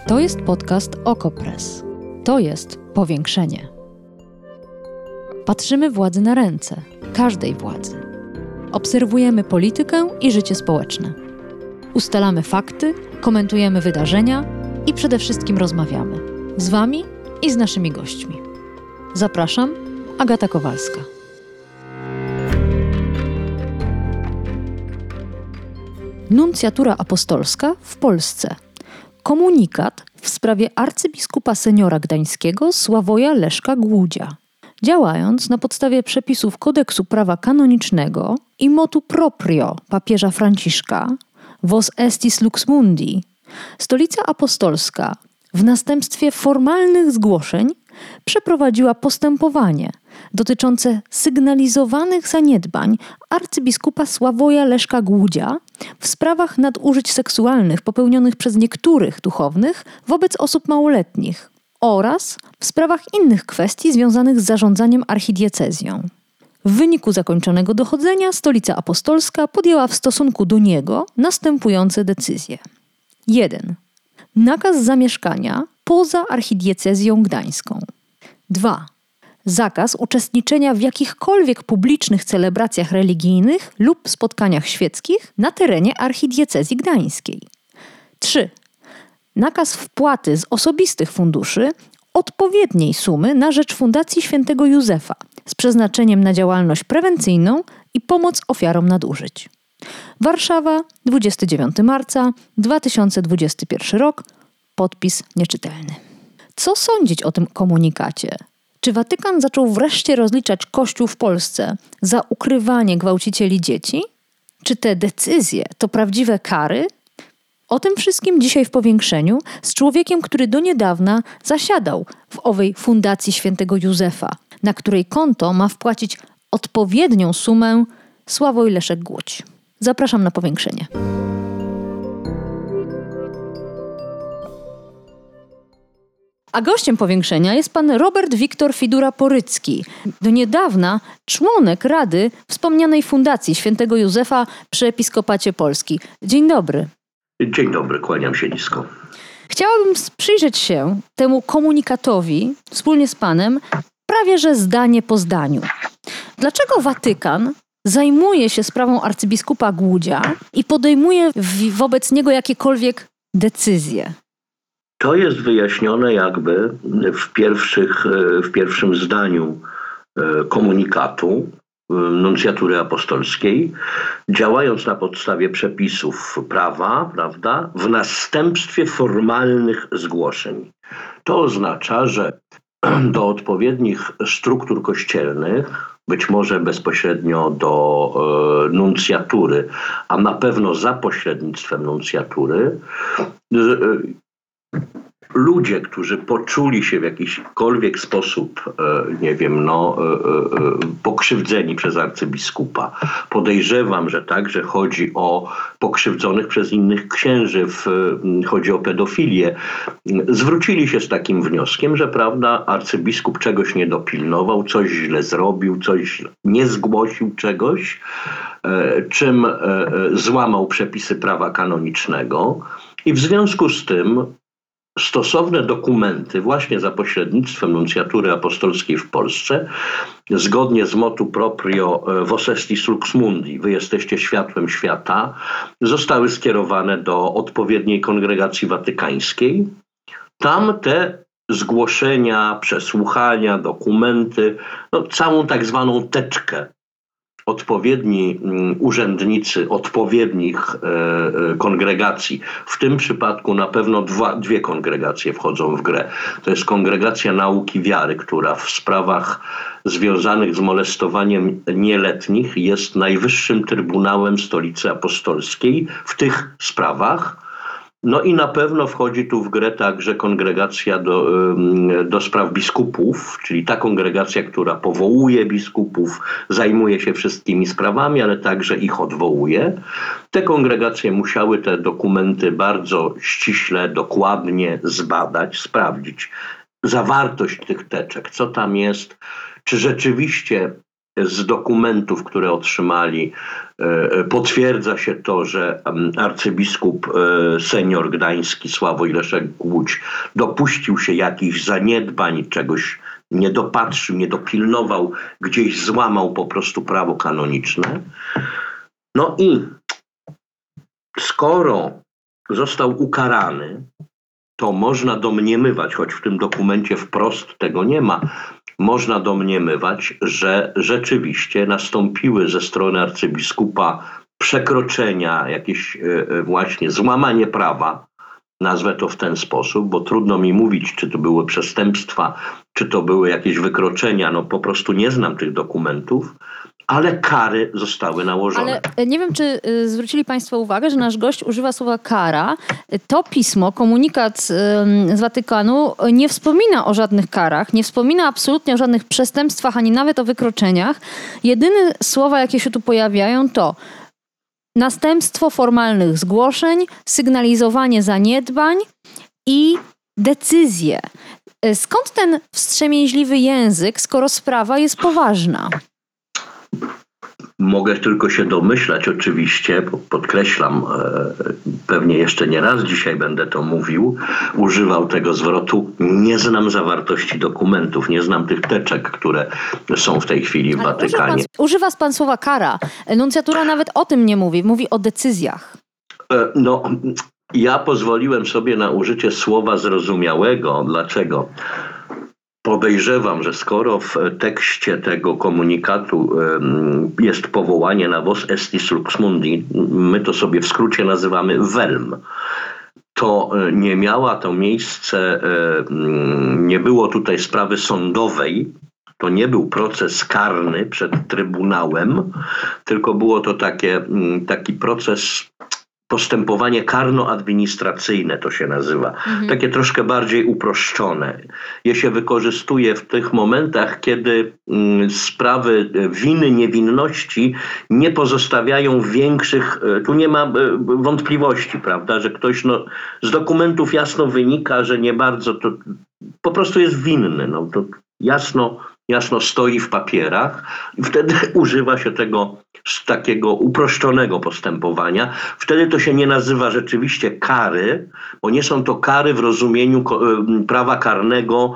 To jest podcast Okopres. To jest powiększenie. Patrzymy władzy na ręce, każdej władzy. Obserwujemy politykę i życie społeczne. Ustalamy fakty, komentujemy wydarzenia i przede wszystkim rozmawiamy. Z Wami i z naszymi gośćmi. Zapraszam, Agata Kowalska. Nuncjatura apostolska w Polsce. Komunikat w sprawie arcybiskupa seniora gdańskiego Sławoja Leszka Głódzia. Działając na podstawie przepisów Kodeksu Prawa Kanonicznego i motu proprio papieża Franciszka Vos estis lux mundi, Stolica Apostolska w następstwie formalnych zgłoszeń przeprowadziła postępowanie dotyczące sygnalizowanych zaniedbań arcybiskupa Sławoja Leszka Głódzia w sprawach nadużyć seksualnych popełnionych przez niektórych duchownych wobec osób małoletnich oraz w sprawach innych kwestii związanych z zarządzaniem archidiecezją. W wyniku zakończonego dochodzenia Stolica Apostolska podjęła w stosunku do niego następujące decyzje. 1. Nakaz zamieszkania poza archidiecezją gdańską. 2. Zakaz uczestniczenia w jakichkolwiek publicznych celebracjach religijnych lub spotkaniach świeckich na terenie archidiecezji gdańskiej. 3. Nakaz wpłaty z osobistych funduszy odpowiedniej sumy na rzecz Fundacji Świętego Józefa z przeznaczeniem na działalność prewencyjną i pomoc ofiarom nadużyć. Warszawa, 29 marca 2021 rok. Podpis nieczytelny. Co sądzić o tym komunikacie? Czy Watykan zaczął wreszcie rozliczać Kościół w Polsce za ukrywanie gwałcicieli dzieci? Czy te decyzje to prawdziwe kary? O tym wszystkim dzisiaj w powiększeniu z człowiekiem, który do niedawna zasiadał w owej Fundacji Świętego Józefa, na której konto ma wpłacić odpowiednią sumę Sławoj Leszek Głódź. Zapraszam na powiększenie. A gościem powiększenia jest pan Robert Wiktor Fidura-Porycki, do niedawna członek Rady wspomnianej Fundacji Świętego Józefa przy Episkopacie Polski. Dzień dobry. Dzień dobry, kłaniam się nisko. Chciałabym przyjrzeć się temu komunikatowi wspólnie z panem prawie że zdanie po zdaniu. Dlaczego Watykan zajmuje się sprawą arcybiskupa Głódzia i podejmuje wobec niego jakiekolwiek decyzje? To jest wyjaśnione jakby w pierwszym zdaniu komunikatu nuncjatury apostolskiej, działając na podstawie przepisów prawa, prawda, w następstwie formalnych zgłoszeń. To oznacza, że do odpowiednich struktur kościelnych, być może bezpośrednio do nuncjatury, a na pewno za pośrednictwem nuncjatury, ludzie, którzy poczuli się w jakikolwiek sposób, pokrzywdzeni przez arcybiskupa. Podejrzewam, że także chodzi o pokrzywdzonych przez innych księży, chodzi o pedofilię. Zwrócili się z takim wnioskiem, że prawda, arcybiskup czegoś nie dopilnował, coś źle zrobił, nie zgłosił czegoś, czym złamał przepisy prawa kanonicznego i w związku z tym stosowne dokumenty właśnie za pośrednictwem nuncjatury apostolskiej w Polsce, zgodnie z motu proprio Vos estis lux mundi, wy jesteście światłem świata, zostały skierowane do odpowiedniej kongregacji watykańskiej. Tam te zgłoszenia, przesłuchania, dokumenty, całą tak zwaną teczkę odpowiedni urzędnicy odpowiednich kongregacji, w tym przypadku na pewno dwie kongregacje wchodzą w grę. To jest Kongregacja Nauki Wiary, która w sprawach związanych z molestowaniem nieletnich jest najwyższym trybunałem Stolicy Apostolskiej w tych sprawach. No i na pewno wchodzi tu w grę także kongregacja do spraw biskupów, czyli ta kongregacja, która powołuje biskupów, zajmuje się wszystkimi sprawami, ale także ich odwołuje. Te kongregacje musiały te dokumenty bardzo ściśle, dokładnie zbadać, sprawdzić zawartość tych teczek, co tam jest, czy rzeczywiście z dokumentów, które otrzymali, potwierdza się to, że arcybiskup senior gdański Sławoj Leszek Głódź dopuścił się jakichś zaniedbań, czegoś nie dopatrzył, nie dopilnował, gdzieś złamał po prostu prawo kanoniczne. No i skoro został ukarany, to można domniemywać, choć w tym dokumencie wprost tego nie ma, można domniemywać, że rzeczywiście nastąpiły ze strony arcybiskupa przekroczenia, jakieś właśnie złamanie prawa, nazwę to w ten sposób, bo trudno mi mówić, czy to były przestępstwa, czy to były jakieś wykroczenia, no po prostu nie znam tych dokumentów, ale kary zostały nałożone. Ale nie wiem, czy zwrócili Państwo uwagę, że nasz gość używa słowa kara. To pismo, komunikat z Watykanu nie wspomina o żadnych karach, nie wspomina absolutnie o żadnych przestępstwach, ani nawet o wykroczeniach. Jedyne słowa, jakie się tu pojawiają, to następstwo formalnych zgłoszeń, sygnalizowanie zaniedbań i decyzje. Skąd ten wstrzemięźliwy język, skoro sprawa jest poważna? Mogę tylko się domyślać oczywiście, podkreślam, pewnie jeszcze nie raz dzisiaj będę to mówił, używał tego zwrotu, nie znam zawartości dokumentów, nie znam tych teczek, które są w tej chwili w Watykanie. Używa pan słowa kara. Nuncjatura nawet o tym nie mówi, mówi o decyzjach. No, ja pozwoliłem sobie na użycie słowa zrozumiałego. Dlaczego? Podejrzewam, że skoro w tekście tego komunikatu jest powołanie na vos estis lux mundi, my to sobie w skrócie nazywamy WELM, to nie miała to miejsce, nie było tutaj sprawy sądowej, to nie był proces karny przed Trybunałem, tylko było to taki proces, postępowanie karno-administracyjne to się nazywa. Takie troszkę bardziej uproszczone. Je się wykorzystuje w tych momentach, kiedy sprawy winy, niewinności nie pozostawiają większych, tu nie ma wątpliwości, prawda, że ktoś z dokumentów jasno wynika, że nie bardzo, to po prostu jest winny. No, to jasno stoi w papierach i wtedy używa się tego z takiego uproszczonego postępowania. Wtedy to się nie nazywa rzeczywiście kary, bo nie są to kary w rozumieniu prawa karnego,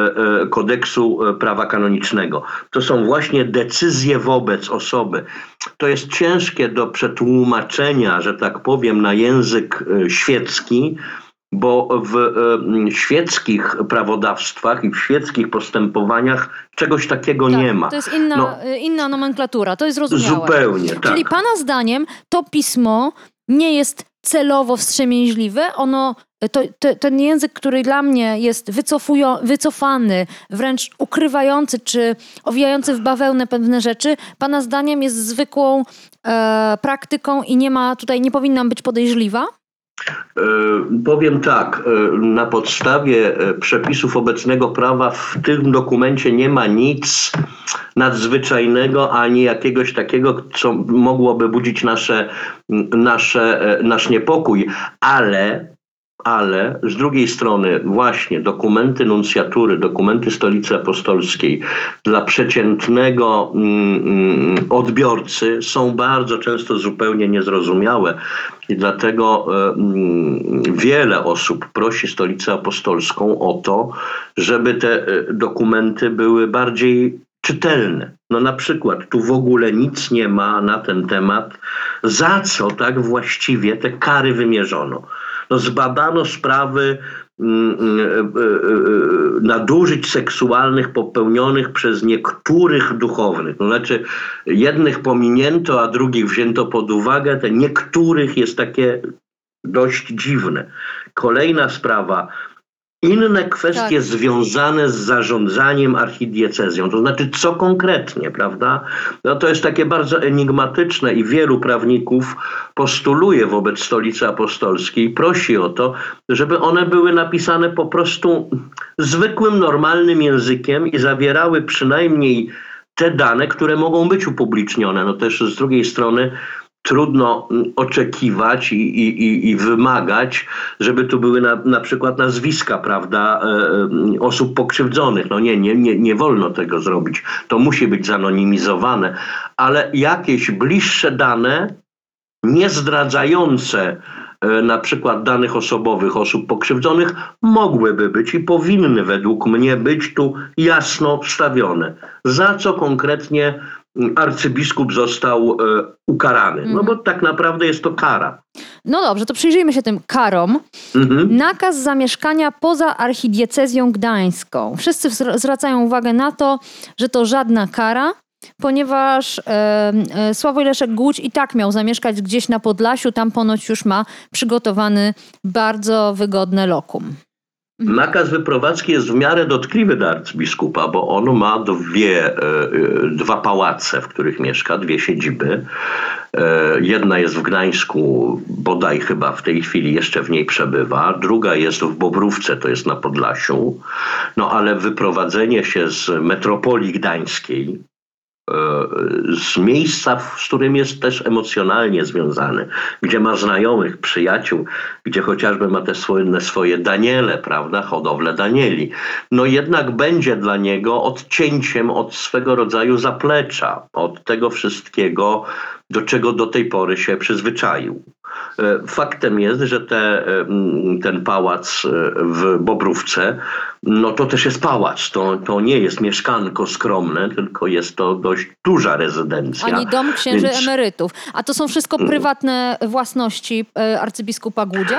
kodeksu prawa kanonicznego. To są właśnie decyzje wobec osoby. To jest ciężkie do przetłumaczenia, że tak powiem, na język świecki, bo w świeckich prawodawstwach i w świeckich postępowaniach czegoś takiego nie ma. To jest inna nomenklatura, to jest zrozumiałe. Zupełnie, tak. Czyli pana zdaniem to pismo nie jest celowo wstrzemięźliwe, ten język, który dla mnie jest wycofany, wręcz ukrywający czy owijający w bawełnę pewne rzeczy, pana zdaniem jest zwykłą praktyką i nie powinna być podejrzliwa? Powiem tak, na podstawie przepisów obecnego prawa w tym dokumencie nie ma nic nadzwyczajnego, ani jakiegoś takiego, co mogłoby budzić nasz niepokój, ale z drugiej strony właśnie dokumenty nuncjatury, dokumenty Stolicy Apostolskiej dla przeciętnego odbiorcy są bardzo często zupełnie niezrozumiałe i dlatego wiele osób prosi Stolicę Apostolską o to, żeby te dokumenty były bardziej czytelne. No na przykład tu w ogóle nic nie ma na ten temat, za co tak właściwie te kary wymierzono. No zbadano sprawy nadużyć seksualnych popełnionych przez niektórych duchownych. To znaczy jednych pominięto, a drugich wzięto pod uwagę. Te niektórych jest takie dość dziwne. Kolejna sprawa. Inne kwestie związane z zarządzaniem archidiecezją, to znaczy co konkretnie, prawda? No to jest takie bardzo enigmatyczne i wielu prawników postuluje wobec Stolicy Apostolskiej, prosi o to, żeby one były napisane po prostu zwykłym, normalnym językiem i zawierały przynajmniej te dane, które mogą być upublicznione. No też z drugiej strony trudno oczekiwać i wymagać, żeby tu były na przykład nazwiska, prawda, osób pokrzywdzonych. No nie wolno tego zrobić. To musi być zanonimizowane, ale jakieś bliższe dane, nie zdradzające na przykład danych osobowych osób pokrzywdzonych, mogłyby być i powinny według mnie być tu jasno wstawione. Za co konkretnie arcybiskup został ukarany? No bo tak naprawdę jest to kara. No dobrze, to przyjrzyjmy się tym karom. Nakaz zamieszkania poza archidiecezją gdańską. Wszyscy zwracają uwagę na to, że to żadna kara, ponieważ Sławoj Leszek Głódź i tak miał zamieszkać gdzieś na Podlasiu, tam ponoć już ma przygotowany bardzo wygodne lokum. Nakaz wyprowadzki jest w miarę dotkliwy dla arcybiskupa, bo on ma dwa pałace, w których mieszka, dwie siedziby. Jedna jest w Gdańsku, bodaj chyba w tej chwili jeszcze w niej przebywa. Druga jest w Bobrówce, to jest na Podlasiu. No ale wyprowadzenie się z metropolii gdańskiej, z miejsca, z którym jest też emocjonalnie związany, gdzie ma znajomych, przyjaciół, gdzie chociażby ma te swoje daniele, prawda, hodowlę danieli. No jednak będzie dla niego odcięciem od swego rodzaju zaplecza, od tego wszystkiego, do czego do tej pory się przyzwyczaił. Faktem jest, że ten pałac w Bobrówce, no to też jest pałac. To nie jest mieszkanko skromne, tylko jest to dość duża rezydencja. Ani dom księży emerytów. A to są wszystko prywatne własności arcybiskupa Głudzia?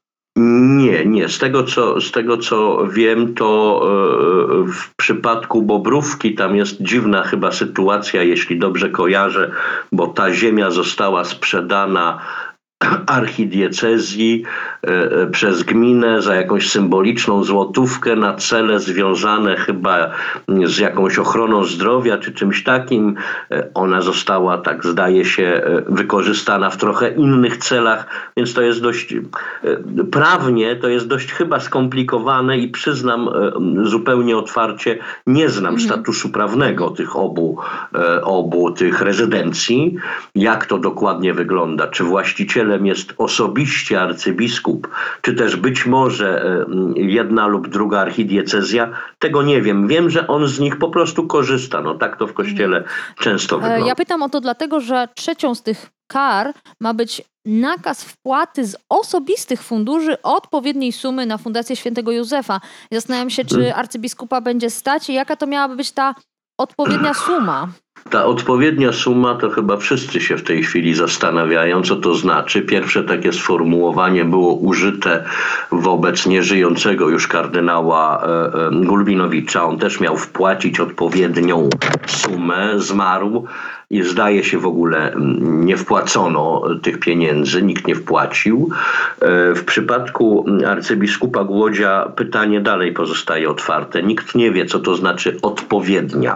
Nie. Z tego co wiem, to w przypadku Bobrówki tam jest dziwna chyba sytuacja, jeśli dobrze kojarzę, bo ta ziemia została sprzedana archidiecezji przez gminę za jakąś symboliczną złotówkę na cele związane chyba z jakąś ochroną zdrowia czy czymś takim. Ona została, tak zdaje się, wykorzystana w trochę innych celach, więc to jest dość prawnie, to jest dość chyba skomplikowane i przyznam zupełnie otwarcie, nie znam statusu prawnego tych obu tych rezydencji, jak to dokładnie wygląda, czy właścicielem jest osobiście arcybiskup, czy też być może jedna lub druga archidiecezja, tego nie wiem. Wiem, że on z nich po prostu korzysta. No tak to w kościele często wygląda. Ja pytam o to dlatego, że trzecią z tych kar ma być nakaz wpłaty z osobistych funduszy odpowiedniej sumy na Fundację Świętego Józefa. Zastanawiam się, czy arcybiskupa będzie stać i jaka to miałaby być ta odpowiednia suma. Ta odpowiednia suma, to chyba wszyscy się w tej chwili zastanawiają, co to znaczy. Pierwsze takie sformułowanie było użyte wobec nieżyjącego już kardynała Gulbinowicza. On też miał wpłacić odpowiednią sumę, zmarł i zdaje się w ogóle nie wpłacono tych pieniędzy, nikt nie wpłacił. W przypadku arcybiskupa Głodzia pytanie dalej pozostaje otwarte. Nikt nie wie, co to znaczy odpowiednia.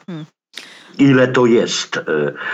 Ile to jest?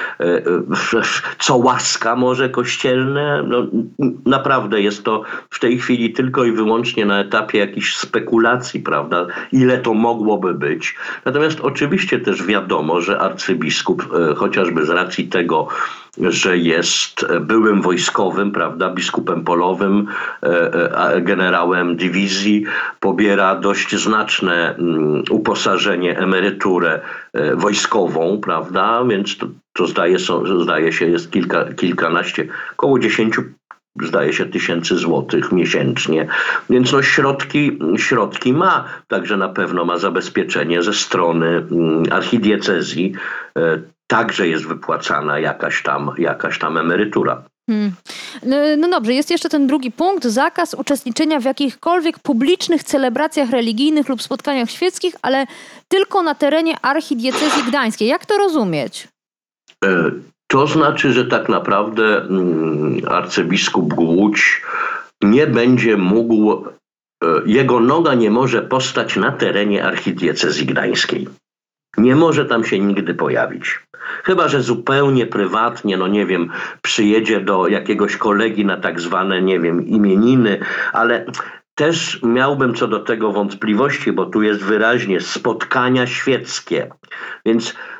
Co łaska może kościelne? No, naprawdę jest to w tej chwili tylko i wyłącznie na etapie jakichś spekulacji, prawda? Ile to mogłoby być? Natomiast oczywiście też wiadomo, że arcybiskup, chociażby z racji tego, że jest byłym wojskowym, prawda, biskupem polowym, generałem dywizji, pobiera dość znaczne uposażenie, emeryturę wojskową, prawda, więc to zdaje się jest kilkanaście, około 10 zdaje się tysięcy złotych miesięcznie. Więc no środki ma, także na pewno ma zabezpieczenie ze strony archidiecezji. Także jest wypłacana jakaś tam emerytura. No dobrze, jest jeszcze ten drugi punkt, zakaz uczestniczenia w jakichkolwiek publicznych celebracjach religijnych lub spotkaniach świeckich, ale tylko na terenie archidiecezji gdańskiej. Jak to rozumieć? To znaczy, że tak naprawdę arcybiskup Głódź nie będzie mógł, jego noga nie może postać na terenie archidiecezji gdańskiej. Nie może tam się nigdy pojawić. Chyba że zupełnie prywatnie, no nie wiem, przyjedzie do jakiegoś kolegi na tak zwane, nie wiem, imieniny, ale też miałbym co do tego wątpliwości, bo tu jest wyraźnie spotkania świeckie. Więc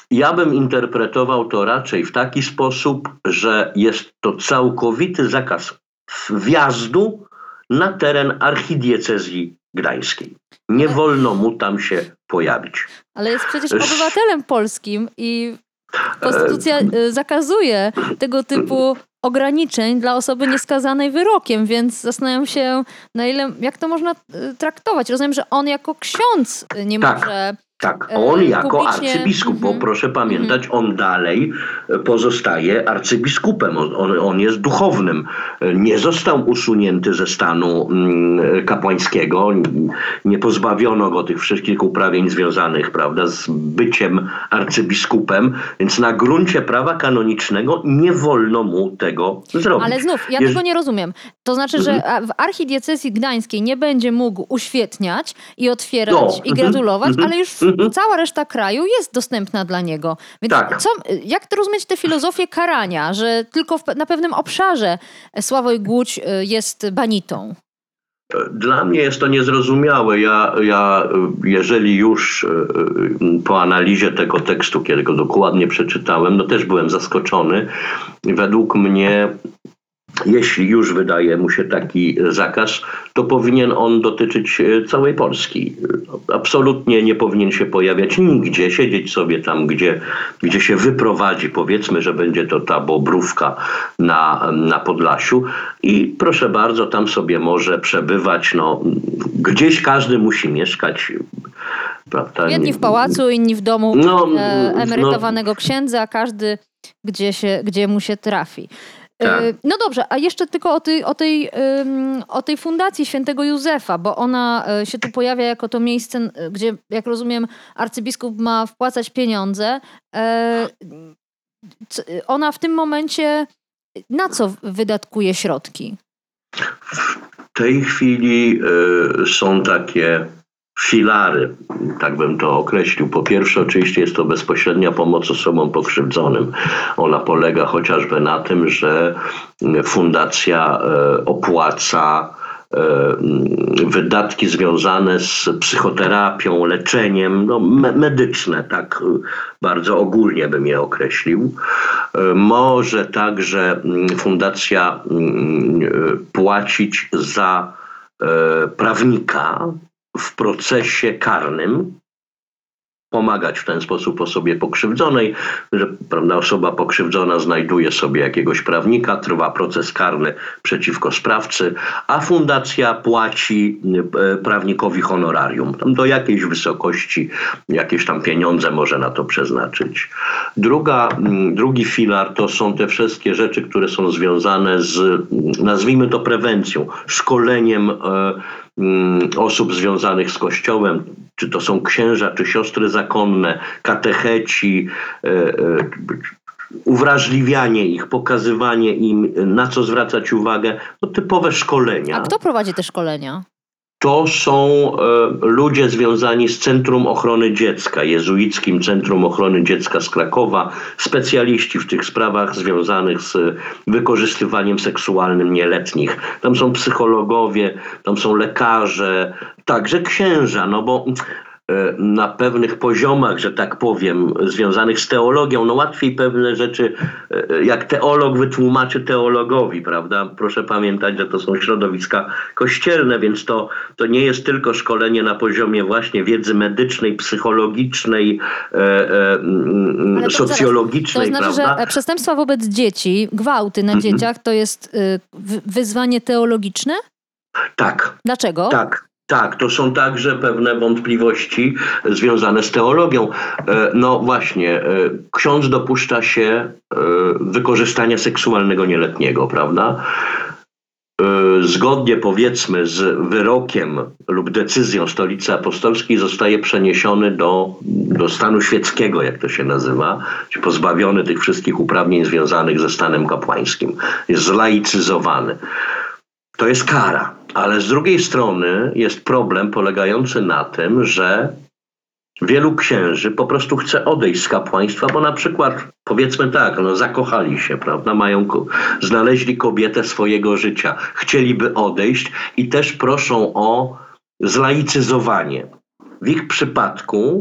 Ja bym interpretował to raczej w taki sposób, że jest to całkowity zakaz wjazdu na teren archidiecezji gdańskiej. Nie wolno mu tam się pojawić. Ale jest przecież obywatelem polskim i konstytucja zakazuje tego typu ograniczeń dla osoby nieskazanej wyrokiem, więc zastanawiam się, jak to można traktować. Rozumiem, że on jako ksiądz nie może... Tak, on jako publicznie... arcybiskup, bo proszę pamiętać, on dalej pozostaje arcybiskupem, on jest duchownym. Nie został usunięty ze stanu kapłańskiego, nie pozbawiono go tych wszystkich uprawnień związanych, prawda, z byciem arcybiskupem, więc na gruncie prawa kanonicznego nie wolno mu tego zrobić. Ale znów, ja tego nie rozumiem. To znaczy, że w archidiecezji gdańskiej nie będzie mógł uświetniać i otwierać i gratulować, ale już cała reszta kraju jest dostępna dla niego. Więc jak to rozumieć tę filozofię karania, że tylko na pewnym obszarze Sławoj Głódź jest banitą? Dla mnie jest to niezrozumiałe. Ja jeżeli już po analizie tego tekstu, kiedy go dokładnie przeczytałem, no też byłem zaskoczony. Według mnie, jeśli już wydaje mu się taki zakaz, to powinien on dotyczyć całej Polski. Absolutnie nie powinien się pojawiać nigdzie, siedzieć sobie tam, gdzie się wyprowadzi, powiedzmy, że będzie to ta Bobrówka na Podlasiu i proszę bardzo, tam sobie może przebywać. No, gdzieś każdy musi mieszkać. Prawda? Jedni w pałacu, inni w domu emerytowanego księdza, każdy gdzie mu się trafi. Tak. No dobrze, a jeszcze tylko o tej fundacji Świętego Józefa, bo ona się tu pojawia jako to miejsce, gdzie, jak rozumiem, arcybiskup ma wpłacać pieniądze. Ona w tym momencie na co wydatkuje środki? W tej chwili są takie filary, tak bym to określił. Po pierwsze, oczywiście jest to bezpośrednia pomoc osobom pokrzywdzonym. Ona polega chociażby na tym, że fundacja opłaca wydatki związane z psychoterapią, leczeniem, medyczne, tak bardzo ogólnie bym je określił. Może także fundacja płacić za prawnika w procesie karnym, pomagać w ten sposób osobie pokrzywdzonej, że prawda, osoba pokrzywdzona znajduje sobie jakiegoś prawnika, trwa proces karny przeciwko sprawcy, a fundacja płaci prawnikowi honorarium. Tam do jakiejś wysokości, jakieś tam pieniądze może na to przeznaczyć. Drugi filar to są te wszystkie rzeczy, które są związane z, nazwijmy to, prewencją, szkoleniem osób związanych z Kościołem, czy to są księża, czy siostry zakonne, katecheci, uwrażliwianie ich, pokazywanie im, na co zwracać uwagę, to typowe szkolenia. A kto prowadzi te szkolenia? To są ludzie związani z Centrum Ochrony Dziecka, jezuickim Centrum Ochrony Dziecka z Krakowa, specjaliści w tych sprawach związanych z wykorzystywaniem seksualnym nieletnich. Tam są psychologowie, tam są lekarze, także księża, no bo na pewnych poziomach, że tak powiem, związanych z teologią, no łatwiej pewne rzeczy, jak teolog wytłumaczy teologowi, prawda? Proszę pamiętać, że to są środowiska kościelne, więc to nie jest tylko szkolenie na poziomie właśnie wiedzy medycznej, psychologicznej, socjologicznej, to znaczy, prawda? Że przestępstwa wobec dzieci, gwałty na dzieciach to jest wyzwanie teologiczne? Tak. Dlaczego? Tak, to są także pewne wątpliwości związane z teologią. No właśnie, ksiądz dopuszcza się wykorzystania seksualnego nieletniego, prawda? Zgodnie, powiedzmy, z wyrokiem lub decyzją Stolicy Apostolskiej zostaje przeniesiony do stanu świeckiego, jak to się nazywa, czyli pozbawiony tych wszystkich uprawnień związanych ze stanem kapłańskim. Jest zlaicyzowany. To jest kara. Ale z drugiej strony jest problem polegający na tym, że wielu księży po prostu chce odejść z kapłaństwa, bo na przykład, powiedzmy tak, zakochali się, prawda, znaleźli kobietę swojego życia, chcieliby odejść i też proszą o zlaicyzowanie. W ich przypadku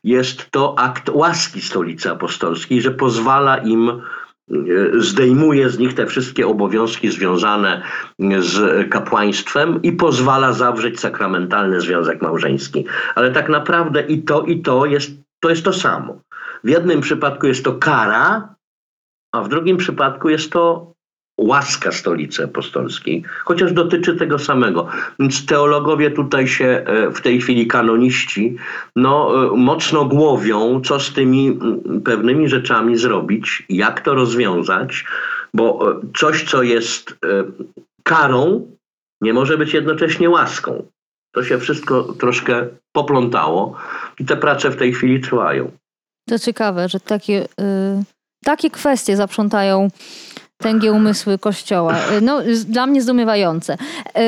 jest to akt łaski Stolicy Apostolskiej, że pozwala im, zdejmuje z nich te wszystkie obowiązki związane z kapłaństwem i pozwala zawrzeć sakramentalny związek małżeński. Ale tak naprawdę i to jest to samo. W jednym przypadku jest to kara, a w drugim przypadku jest to łaska Stolicy Apostolskiej, chociaż dotyczy tego samego. Więc teologowie tutaj się w tej chwili, kanoniści, mocno głowią, co z tymi pewnymi rzeczami zrobić, jak to rozwiązać, bo coś, co jest karą, nie może być jednocześnie łaską. To się wszystko troszkę poplątało i te prace w tej chwili trwają. To ciekawe, że takie kwestie zaprzątają tęgie umysły Kościoła. Dla mnie zdumiewające.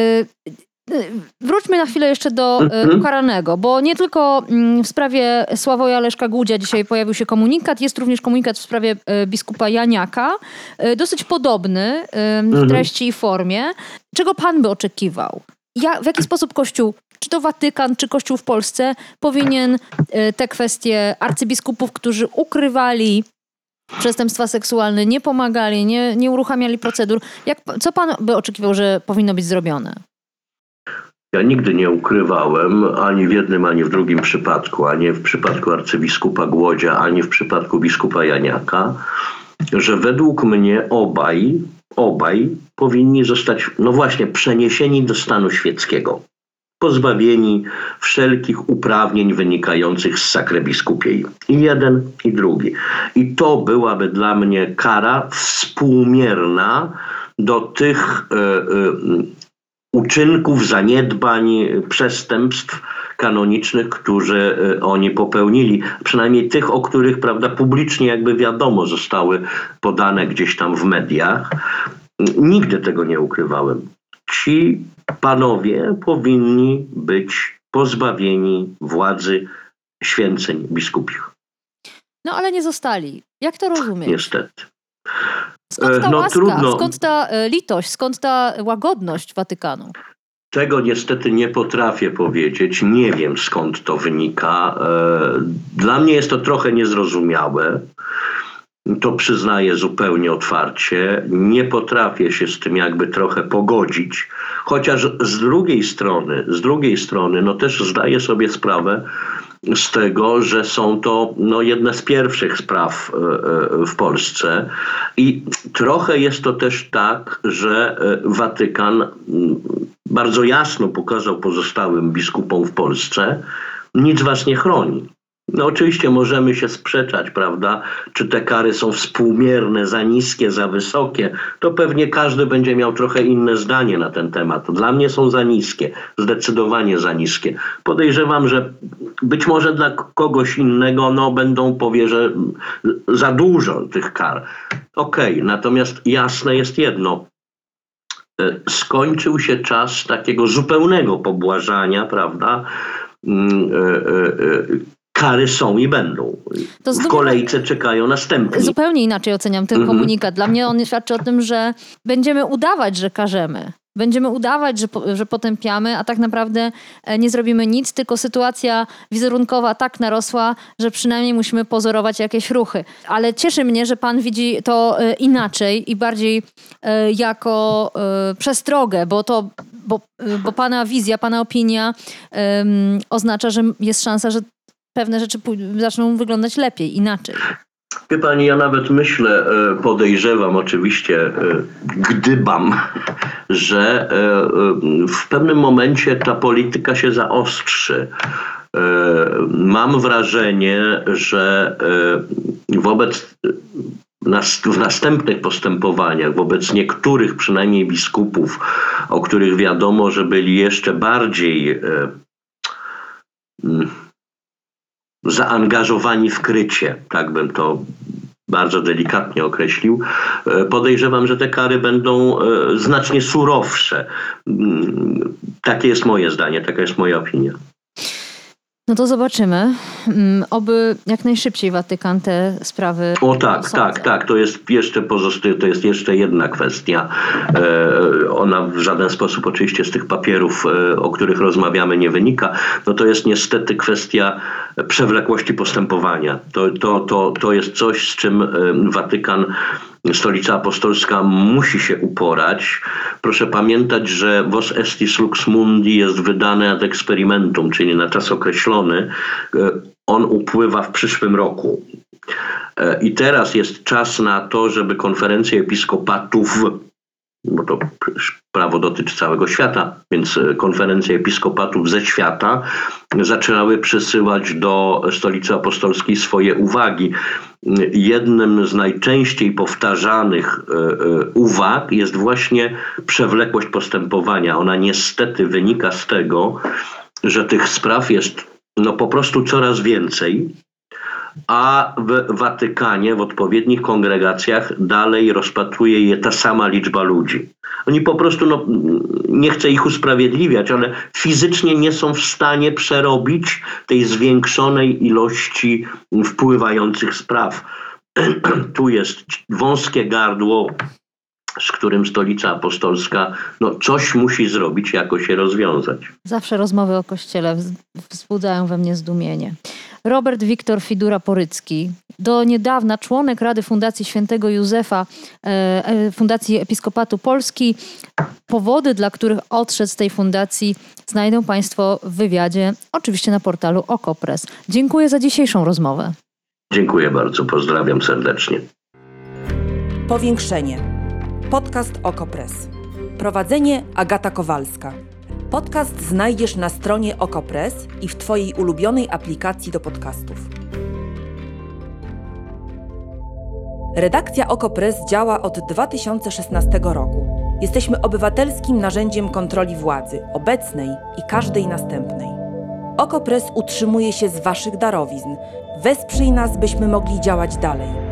Wróćmy na chwilę jeszcze do ukaranego, bo nie tylko w sprawie Sławoja Leszka Głudzia dzisiaj pojawił się komunikat, jest również komunikat w sprawie biskupa Janiaka, dosyć podobny w treści i formie. Czego pan by oczekiwał? W jaki sposób Kościół, czy to Watykan, czy Kościół w Polsce, powinien te kwestie arcybiskupów, którzy ukrywali przestępstwa seksualne, nie pomagali, nie uruchamiali procedur. Co pan by oczekiwał, że powinno być zrobione? Ja nigdy nie ukrywałem, ani w jednym, ani w drugim przypadku, ani w przypadku arcybiskupa Głodzia, ani w przypadku biskupa Janiaka, że według mnie obaj powinni zostać, przeniesieni do stanu świeckiego. Pozbawieni wszelkich uprawnień wynikających z sacrae biscupiei. I jeden, i drugi. I to byłaby dla mnie kara współmierna do tych uczynków, zaniedbań, przestępstw kanonicznych, które oni popełnili. Przynajmniej tych, o których, publicznie jakby wiadomo, zostały podane gdzieś tam w mediach. Nigdy tego nie ukrywałem. Ci panowie powinni być pozbawieni władzy święceń biskupich. Ale nie zostali. Jak to rozumieć? Niestety. Skąd ta łaska? Skąd ta litość? Skąd ta łagodność Watykanu? Tego niestety nie potrafię powiedzieć. Nie wiem, skąd to wynika. Dla mnie jest to trochę niezrozumiałe. To przyznaję zupełnie otwarcie. Nie potrafię się z tym jakby trochę pogodzić. Chociaż z drugiej strony, też zdaję sobie sprawę z tego, że są to jedne z pierwszych spraw w Polsce. I trochę jest to też tak, że Watykan bardzo jasno pokazał pozostałym biskupom w Polsce, nic was nie chroni. Oczywiście możemy się sprzeczać, prawda, czy te kary są współmierne, za niskie, za wysokie. To pewnie każdy będzie miał trochę inne zdanie na ten temat. Dla mnie są za niskie, zdecydowanie za niskie. Podejrzewam, że być może dla kogoś innego powie, że za dużo tych kar. Okej, natomiast jasne jest jedno. Skończył się czas takiego zupełnego pobłażania, prawda, kary są i będą. W kolejce czekają następni. Zupełnie inaczej oceniam ten komunikat. Dla mnie on świadczy o tym, że będziemy udawać, że karzemy. Będziemy udawać, że potępiamy, a tak naprawdę nie zrobimy nic, tylko sytuacja wizerunkowa tak narosła, że przynajmniej musimy pozorować jakieś ruchy. Ale cieszy mnie, że pan widzi to inaczej i bardziej jako przestrogę, bo pana wizja, pana opinia oznacza, że jest szansa, że pewne rzeczy zaczną wyglądać lepiej, inaczej. Wie pani, ja nawet myślę, podejrzewam oczywiście, gdybam, że w pewnym momencie ta polityka się zaostrzy. Mam wrażenie, że w następnych postępowaniach wobec niektórych przynajmniej biskupów, o których wiadomo, że byli jeszcze bardziej zaangażowani w krycie, tak bym to bardzo delikatnie określił, podejrzewam, że te kary będą znacznie surowsze. Takie jest moje zdanie, taka jest moja opinia. No to zobaczymy. Oby jak najszybciej Watykan te sprawy tak. To jest jeszcze jedna kwestia. ona w żaden sposób oczywiście z tych papierów, o których rozmawiamy, nie wynika, no to jest niestety kwestia przewlekłości postępowania. To jest coś, z czym Watykan, Stolica Apostolska musi się uporać. Proszę pamiętać, że Vos Estis Lux Mundi jest wydany ad experimentum, czyli na czas określony. On upływa w przyszłym roku. I teraz jest czas na to, żeby konferencje episkopatów, bo to prawo dotyczy całego świata, więc konferencje episkopatów ze świata zaczynały przysyłać do Stolicy Apostolskiej swoje uwagi. Jednym z najczęściej powtarzanych uwag jest właśnie przewlekłość postępowania. Ona niestety wynika z tego, że tych spraw jest po prostu coraz więcej, a w Watykanie, w odpowiednich kongregacjach dalej rozpatruje je ta sama liczba ludzi. Oni po prostu, nie chcę ich usprawiedliwiać, ale fizycznie nie są w stanie przerobić tej zwiększonej ilości wpływających spraw. Tu jest wąskie gardło, z którym Stolica Apostolska coś musi zrobić, jakoś się rozwiązać. Zawsze rozmowy o Kościele wzbudzają we mnie zdumienie. Robert Wiktor Fidura-Porycki, do niedawna członek Rady Fundacji Świętego Józefa, Fundacji Episkopatu Polski. Powody, dla których odszedł z tej fundacji, znajdą Państwo w wywiadzie, oczywiście na portalu Okopres. Dziękuję za dzisiejszą rozmowę. Dziękuję bardzo, pozdrawiam serdecznie. Powiększenie. Podcast Okopres. Prowadzenie Agata Kowalska. Podcast znajdziesz na stronie Okopres i w Twojej ulubionej aplikacji do podcastów. Redakcja Okopres działa od 2016 roku. Jesteśmy obywatelskim narzędziem kontroli władzy, obecnej i każdej następnej. Okopres utrzymuje się z Waszych darowizn. Wesprzyj nas, byśmy mogli działać dalej.